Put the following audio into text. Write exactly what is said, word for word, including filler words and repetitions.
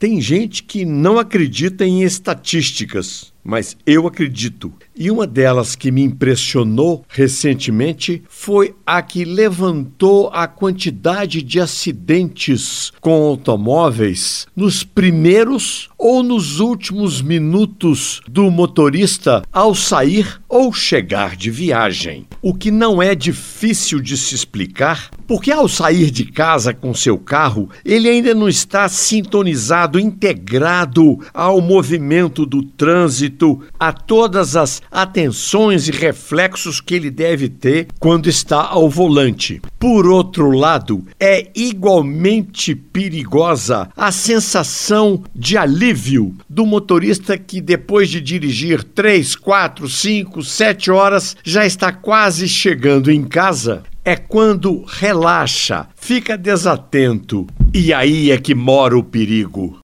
Tem gente que não acredita em estatísticas, mas eu acredito. E uma delas que me impressionou recentemente foi a que levantou a quantidade de acidentes com automóveis nos primeiros ou nos últimos minutos do motorista ao sair ou chegar de viagem. O que não é difícil de se explicar, porque ao sair de casa com seu carro, ele ainda não está sintonizado, integrado ao movimento do trânsito, a todas as atenções e reflexos que ele deve ter quando está ao volante. Por outro lado, é igualmente perigosa a sensação de alívio do motorista que, depois de dirigir três, quatro, cinco, sete horas, já está quase chegando em casa. É quando relaxa, fica desatento, e aí é que mora o perigo.